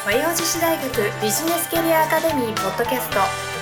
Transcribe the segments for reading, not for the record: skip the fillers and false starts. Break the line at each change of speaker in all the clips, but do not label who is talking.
和洋女子大学ビジネスキャリアアカデミーポッドキャスト。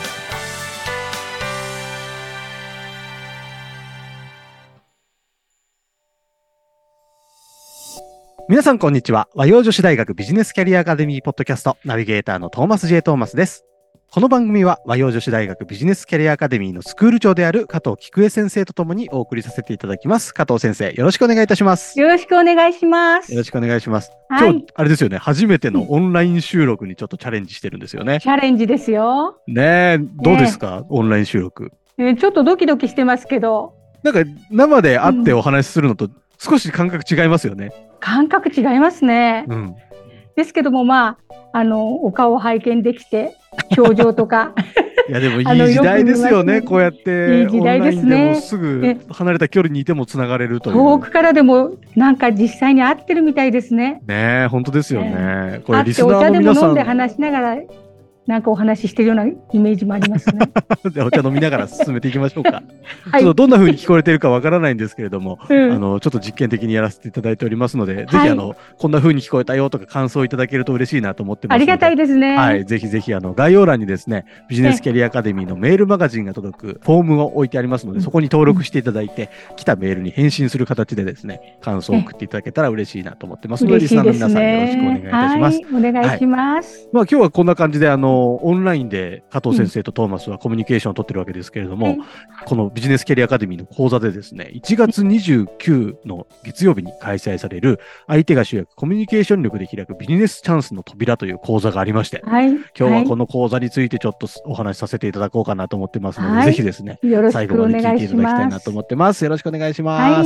皆さんこんにちは。和洋女子大学ビジネスキャリアアカデミーポッドキャストナビゲーターのトーマス J. トーマスです。この番組は和洋女子大学ビジネスキャリアアカデミーのスクール長である加藤菊江先生とともにお送りさせていただきます。加藤先生、よろしくお願いいたします。
よろしくお願いします。
よろしくお願いします。
はい、
今日、あれですよね、初めてのオンライン収録にちょっとチャレンジしてるんですよね。
チャレンジですよ。
ねえ、どうですか、オンライン収録。
ちょっとドキドキしてますけど。
なんか生で会ってお話しするのと少し感覚違いますよね。
感覚違いますね。ですけども、お顔を拝見できて、表情とか。
いやでもいい時代ですよね。こうやって
いい時代ですね。
オンラインでもすぐ離れた距離にいてもつながれるという。
遠くからでもなんか実際に会ってるみたいですね。
ねえ、本当ですよね。
これリスナーの皆さん、お茶でも飲んで話しながらなんかお話ししてるようなイメージもありますね。
お茶飲みながら進めていきましょうか。
はい、
ちょっとどんな風に聞こえているかわからないんですけれども、ちょっと実験的にやらせていただいておりますので、ぜひこんな風に聞こえたよとか感想いただけると嬉しいなと思ってますので。
ありがたいですね。
はい、ぜひぜひ概要欄にですね、ビジネスキャリアアカデミーのメールマガジンが届くフォームを置いてありますので、そこに登録していただいて、来たメールに返信する形でですね、感想を送っていただけたら嬉しいなと思ってますので、リスナーの皆さんよろしくお願いいたします。
はい、お願いします。
今日はこんな感じでオンラインで加藤先生とトーマスはコミュニケーションを取ってるわけですけれども、このビジネスキャリアアカデミーの講座でですね、1月29の月曜日に開催される相手が主役コミュニケーション力で開くビジネスチャンスの扉という講座がありまして、今日はこの講座についてちょっとお話しさせていただこうかなと思ってますので、ぜひですね、最後まで聞いていただきたいなと思ってます。よろしくお願いします。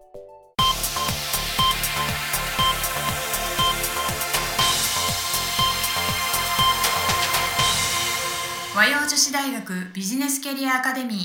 和洋女子大学ビジネスキャリアアカデミー。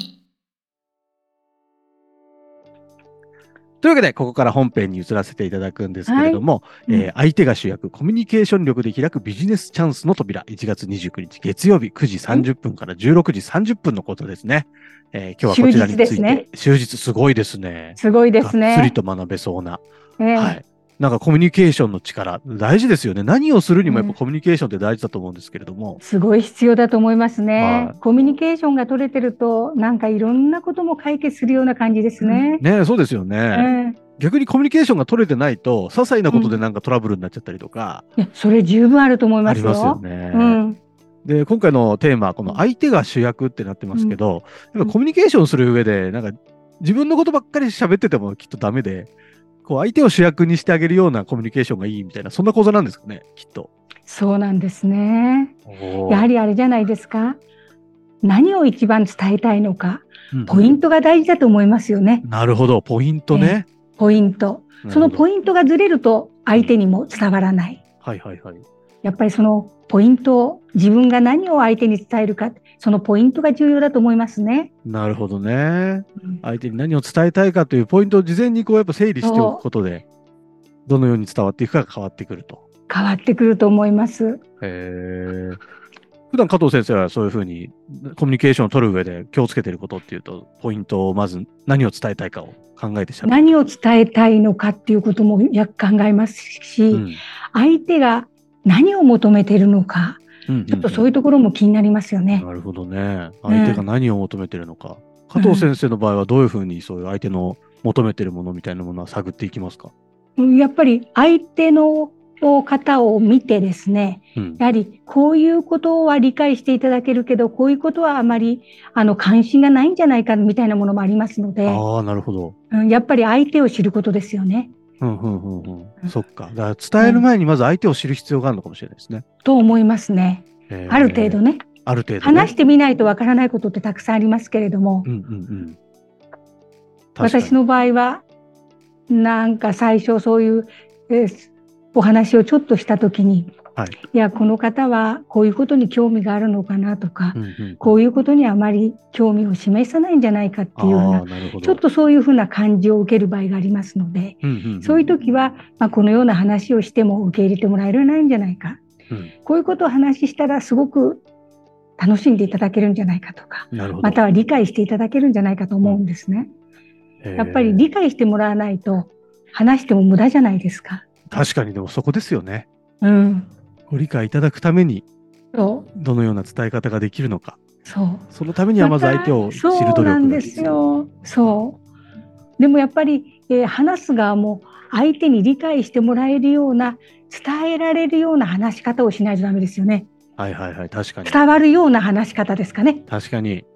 というわけで、ここから本編に移らせていただくんですけれども、相手が主役、コミュニケーション力で開くビジネスチャンスの扉、1月29日月曜日9時30分から16時30分のことですね。今日はこちらについて、終日すごいですね。
すごいですね。
がっつりと学べそうな。はい。なんかコミュニケーションの力、大事ですよね。何をするにもやっぱコミュニケーションって大事だと思うんですけれども。
すごい必要だと思いますね。コミュニケーションが取れてると、なんかいろんなことも解決するような感じですね。
ね、そうですよね。逆にコミュニケーションが取れてないと、些細なことでなんかトラブルになっちゃったりとか。
いや、それ十分あると思いますよ。
ありますよね。で、今回のテーマはこの相手が主役ってなってますけど、やっぱコミュニケーションする上で、なんか自分のことばっかり喋っててもきっとダメで、こう相手を主役にしてあげるようなコミュニケーションがいいみたいな、そんな講座なんですかね、きっと。
そうなんですね。やはりあれじゃないですか。何を一番伝えたいのか、ポイントが大事だと思いますよね。
なるほど、ポイントね。
ポイント。そのポイントがずれると相手にも伝わらない。やっぱりそのポイントを、自分が何を相手に伝えるか、そのポイントが重要だと思いますね。
なるほどね。相手に何を伝えたいかというポイントを事前にこうやっぱ整理しておくことで、どのように伝わっていくかが変わってくると。
変わってくると思います。
普段加藤先生はそういうふうにコミュニケーションを取る上で気をつけていることっていうと、ポイントをまず何を伝えたいかを考えてしゃべる。
何を伝えたいのかっていうことも考えますし、相手が何を求めているのか、ちょっとそういうところも気になりますよね。
なるほどね。相手が何を求めているのか。加藤先生の場合はどういうふうにそういう相手の求めているものみたいなものは探っていきますか？
やっぱり相手の方を見てですね、やはりこういうことは理解していただけるけど、こういうことはあまり関心がないんじゃないかみたいなものもありますので、
なるほど。
やっぱり相手を知ることですよね。
そっか。だから伝える前にまず相手を知る必要があるのかもしれないですね。
と思いますね。ある程度ね。話してみないとわからないことってたくさんありますけれども、私の場合はなんか最初そういう、お話をちょっとしたときに、いやこの方はこういうことに興味があるのかなとか、こういうことにあまり興味を示さないんじゃないかっていうような、ちょっとそういうふうな感じを受ける場合がありますので、そういう時は、このような話をしても受け入れてもらえないんじゃないか、こういうことを話したらすごく楽しんでいただけるんじゃないかとか、または理解していただけるんじゃないかと思うんですね。やっぱり理解してもらわないと話しても無駄じゃないですか。
確かに、でもそこですよね。 ご理解いただくために
そう
どのような伝え方ができるのか、
そう
そのためにはまず相手を知る努力が必要。
そうなんですよ。そうでもやっぱり、話す側も相手に理解してもらえるような、伝えられるような話し方をしないとダメですよね。
はいはいはい、確かに。
伝わるような話し方ですかね。
確かに。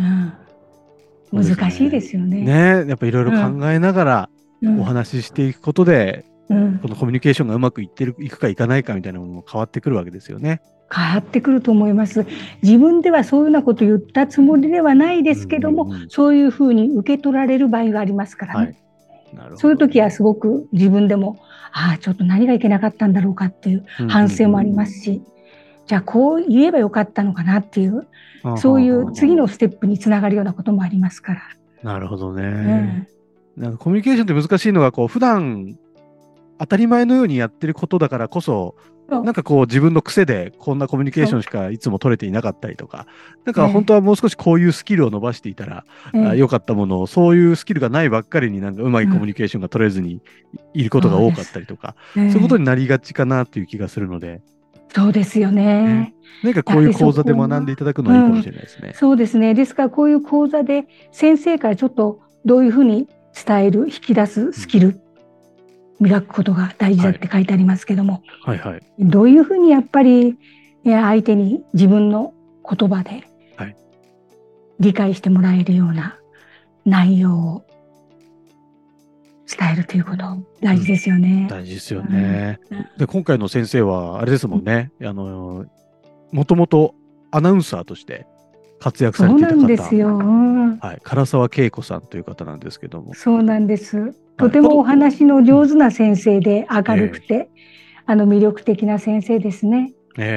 難しいですよね。
やっぱいろいろ考えながらお話ししていくことで、このコミュニケーションがうまくいくかいかないかみたいなものも変わってくるわけですよね。
変わってくると思います。自分ではそういうようなことを言ったつもりではないですけども、そういうふうに受け取られる場合がありますからね。そういう時はすごく自分でもちょっと何がいけなかったんだろうかっていう反省もありますし、じゃあこう言えばよかったのかなっていう、そういう次のステップにつながるようなこともありますから。
なるほどね。なんかコミュニケーションって難しいのが、普段当たり前のようにやってることだからこそ、なんか自分の癖でこんなコミュニケーションしかいつも取れていなかったりとか、なんか本当はもう少しこういうスキルを伸ばしていたら良かったものを、そういうスキルがないばっかりになんかうまいコミュニケーションが取れずにいることが多かったりとか、そういうことになりがちかなという気がするので。
そうですよね。
何かこういう講座で学んでいただくのはいいかもしれないですね。
そうですね。ですからこういう講座で先生からちょっとどういうふうに伝える、引き出すスキル、磨くことが大事だって書いてありますけども、どういうふうにやっぱり相手に自分の言葉で理解してもらえるような内容を伝えるということ大事ですよね。
大事ですよね。で、今回の先生はあれですもんね。もともとアナウンサーとして活躍されていた方。
そうなんですよ。
唐沢恵子さんという方なんですけども。
そうなんです。とてもお話の上手な先生で、明るくて、魅力的な先生ですね。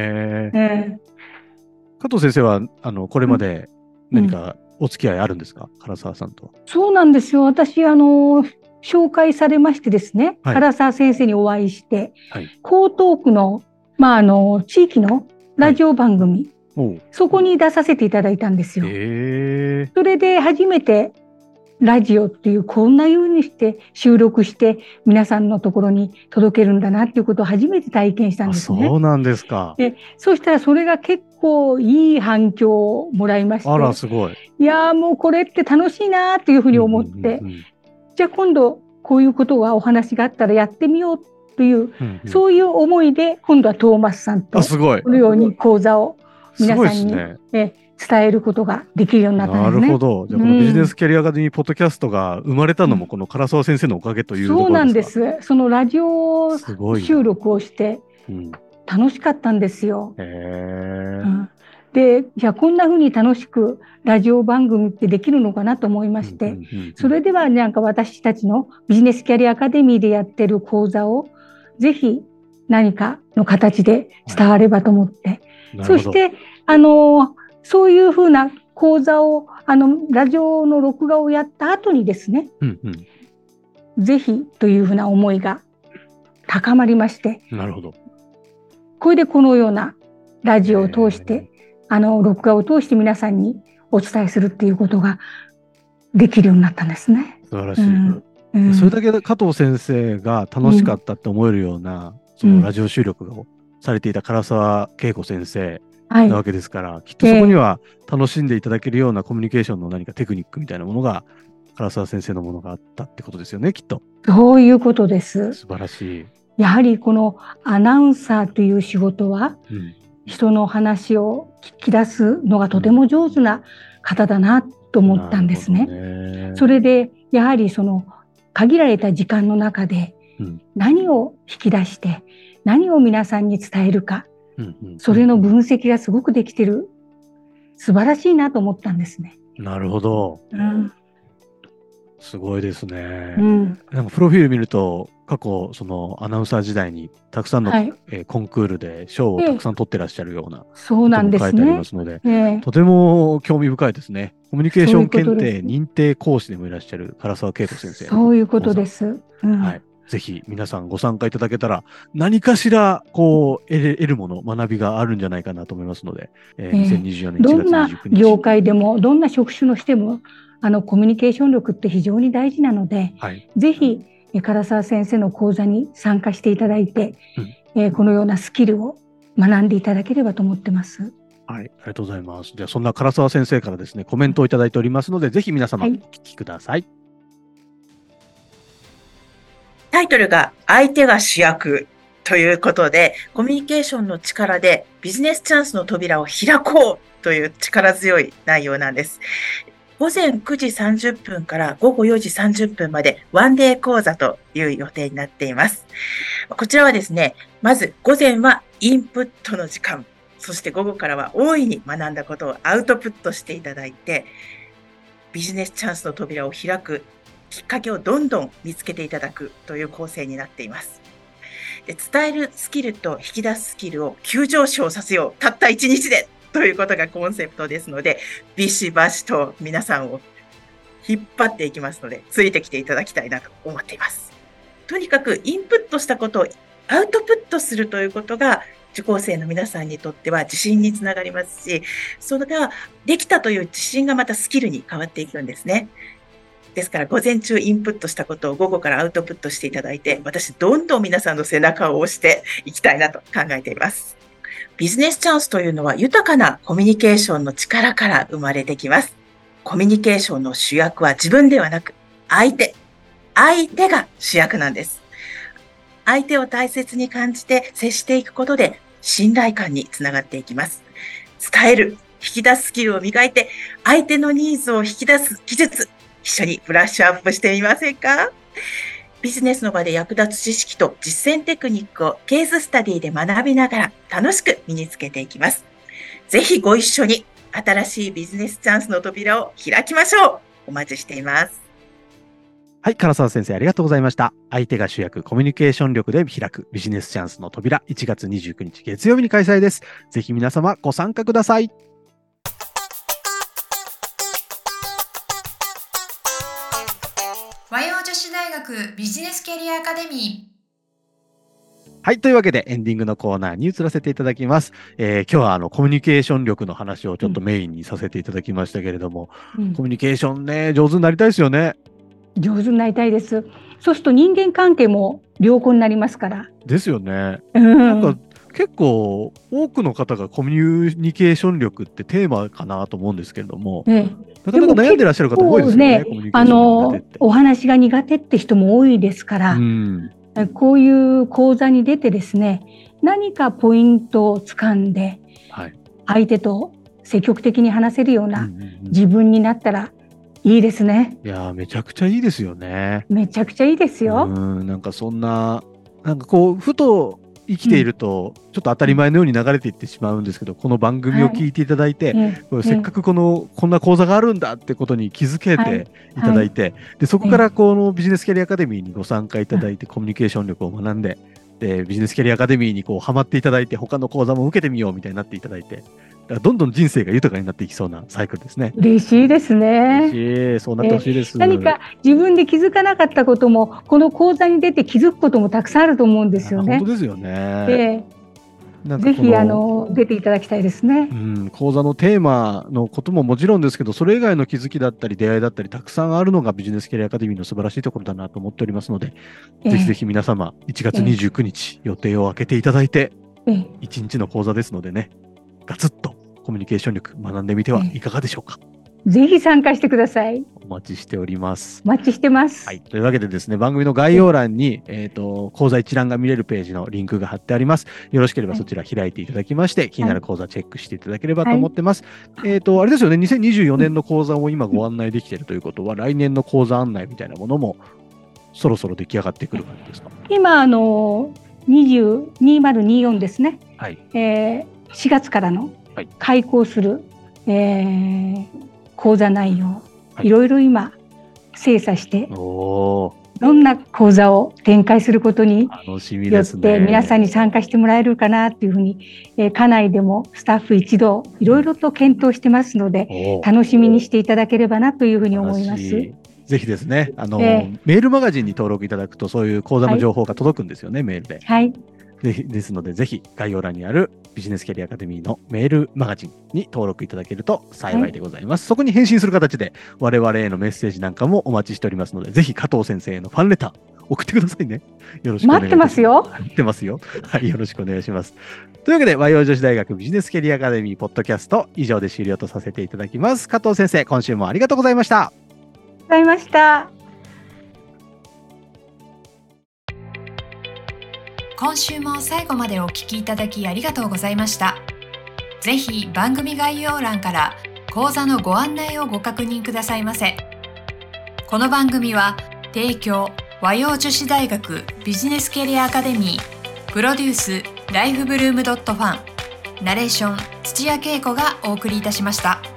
加藤先生はこれまで何かお付き合いあるんですか、唐沢さんとは。
そうなんですよ。私紹介されましてですね、唐沢先生にお会いして、江東区の地域のラジオ番組、そこに出させていただいたんですよ。それで初めてラジオっていうこんなようにして収録して皆さんのところに届けるんだなっていうことを初めて体験したんですね。
そうなんですか。
そうしたらそれが結構いい反響をもらいまして、
あらすごい。
いやもうこれって楽しいなっていうふうに思って、じゃあ今度こういうことがお話があったらやってみようという、そういう思いで今度はトーマスさんとこのように講座を皆さんに伝えることができるようになったんですね。
なるほど。じゃあこのビジネスキャリアアカデミーポッドキャストが生まれたのもこの唐沢先生のおかげというところですか。
そうなんです。そのラジオ収録をして楽しかったんですよ。で、じゃあこんな風に楽しくラジオ番組ってできるのかなと思いまして、それではなんか私たちのビジネスキャリアアカデミーでやってる講座をぜひ何かの形で伝わればと思って、そしてそういうふうな講座をラジオの録画をやった後にですね、ぜひというふうな思いが高まりまして、
なるほど。
これでこのようなラジオを通して録画を通して皆さんにお伝えするっていうことができるようになったんですね。
素晴らしい。それだけ加藤先生が楽しかったって思えるような、そのラジオ収録をされていた唐沢恵子先生なわけですから、きっとそこには楽しんでいただけるようなコミュニケーションの何かテクニックみたいなものが唐沢先生のものがあったってことですよね、きっと。
そういうことです。
素晴らしい。
やはりこのアナウンサーという仕事は、人の話を聞き出すのがとても上手な方だなと思ったんですね。それでやはりその限られた時間の中で何を引き出して何を皆さんに伝えるか、それの分析がすごくできてる、素晴らしいなと思ったんですね。
なるほど。すごいですね。なんかプロフィール見ると過去そのアナウンサー時代にたくさんの、コンクールで賞をたくさん取ってらっしゃるようなことも書いてありますので、とても興味深いですね。コミュニケーション検定認定講師でもいらっしゃる唐沢恵子先生。
そういうことです。
ぜひ皆さんご参加いただけたら何かしら得るもの、学びがあるんじゃないかなと思いますので、2024年1月29日。
どんな業界でもどんな職種のしてもコミュニケーション力って非常に大事なので、ぜひ唐沢先生の講座に参加していただいて、このようなスキルを学んでいただければと思ってます。
はい、ありがとうございます。ではそんな唐沢先生からですね、コメントをいただいておりますので、ぜひ皆様お聞きください。
タイトルが相手が主役ということで、コミュニケーションの力でビジネスチャンスの扉を開こうという力強い内容なんです。午前9時30分から午後4時30分までワンデー講座という予定になっています。こちらはですね、まず午前はインプットの時間、そして午後からは大いに学んだことをアウトプットしていただいて、ビジネスチャンスの扉を開くきっかけをどんどん見つけていただくという構成になっています。で、伝えるスキルと引き出すスキルを急上昇させよう。たった1日でということがコンセプトですので、ビシバシと皆さんを引っ張っていきますので、ついてきていただきたいなと思っています。とにかくインプットしたことをアウトプットするということが、受講生の皆さんにとっては自信につながりますし、それができたという自信がまたスキルに変わっていくんですね。ですから午前中インプットしたことを午後からアウトプットしていただいて、私どんどん皆さんの背中を押していきたいなと考えています。ビジネスチャンスというのは豊かなコミュニケーションの力から生まれてきます。コミュニケーションの主役は自分ではなく相手が主役なんです。相手を大切に感じて接していくことで信頼感につながっていきます。伝える、引き出すスキルを磨いて相手のニーズを引き出す技術、一緒にブラッシュアップしてみませんか？ビジネスの場で役立つ知識と実践テクニックをケーススタディで学びながら楽しく身につけていきます。ぜひご一緒に新しいビジネスチャンスの扉を開きましょう。お待ちしています。
はい、唐沢先生ありがとうございました。相手が主役、コミュニケーション力で開くビジネスチャンスの扉、1月29日月曜日に開催です。ぜひ皆様ご参加ください。
和洋女子大学ビジネスキャリアアカデミー。
はい。というわけでエンディングのコーナーに移らせていただきます。今日はコミュニケーション力の話をちょっとメインにさせていただきましたけれども、コミュニケーションね、上手になりたいですよね。
上手になりたいです。そうすると人間関係も良好になりますから。
ですよね。なんか結構多くの方がコミュニケーション力ってテーマかなと思うんですけれども、なかなか悩んでらっしゃる方多いですよね。
お話が苦手って人も多いですから、こういう講座に出てですね、何かポイントをつかんで、相手と積極的に話せるような自分になったらいいですね。
いやめちゃくちゃいいですよね。
めちゃくちゃいいですよ。
なんかそんな、なんかこうふと生きているとちょっと当たり前のように流れていってしまうんですけど、この番組を聞いていただいて、せっかくこんな講座があるんだってことに気づけていただいて、でそこからこのビジネスキャリアアカデミーにご参加いただいて、コミュニケーション力を学んで、でビジネスキャリアアカデミーにこうハマっていただいて、他の講座も受けてみようみたいになっていただいて、どんどん人生が豊かになっていきそうなサイクルですね。
嬉しいですね。
嬉しい。そうなってほしいです。
何か自分で気づかなかったことも、この講座に出て気づくこともたくさんあると思うんですよね。
本当ですよね。
ぜひ出ていただきたいですね。
講座のテーマのことももちろんですけど、それ以外の気づきだったり出会いだったりたくさんあるのがビジネスキャリアアカデミーの素晴らしいところだなと思っておりますので、ぜひぜひ皆様1月29日予定を空けていただいて、1日の講座ですのでね、ガツッとコミュニケーション力学んでみてはいかがでしょうか。
ぜひ参加してください。
お待ちしております。
お待ちしてます。
はい。というわけでですね、番組の概要欄に、講座一覧が見れるページのリンクが貼ってあります。よろしければそちら開いていただきまして、気になる講座チェックしていただければと思ってます。あれですよね、2024年の講座を今ご案内できているということは、来年の講座案内みたいなものもそろそろ出来上がってくる感じですか？
今、2024ですね。4月からの開講する、講座内容、いろいろ今精査してどんな講座を展開することによって皆さんに参加してもらえるかなというふうに、課内でもスタッフ一同いろいろと検討してますので、楽しみにしていただければなというふうに思います。
ぜひですね、メールマガジンに登録いただくとそういう講座の情報が届くんですよね、メールで。ですので、ぜひ概要欄にあるビジネスキャリアアカデミーのメールマガジンに登録いただけると幸いでございます。そこに返信する形で我々へのメッセージなんかもお待ちしておりますので、ぜひ加藤先生へのファンレター送ってくださいね。よろしくお願いします。
待ってますよ。
待ってますよ。はい、よろしくお願いします。というわけで、和洋女子大学ビジネスキャリアアカデミーポッドキャスト、以上で終了とさせていただきます。加藤先生、今週もありがとうございました。
ございました。
今週も最後までお聞きいただきありがとうございました。ぜひ番組概要欄から講座のご案内をご確認くださいませ。この番組は提供和洋女子大学ビジネスキャリアアカデミー、プロデュースライフブルームドットファン、ナレーション土屋恵子がお送りいたしました。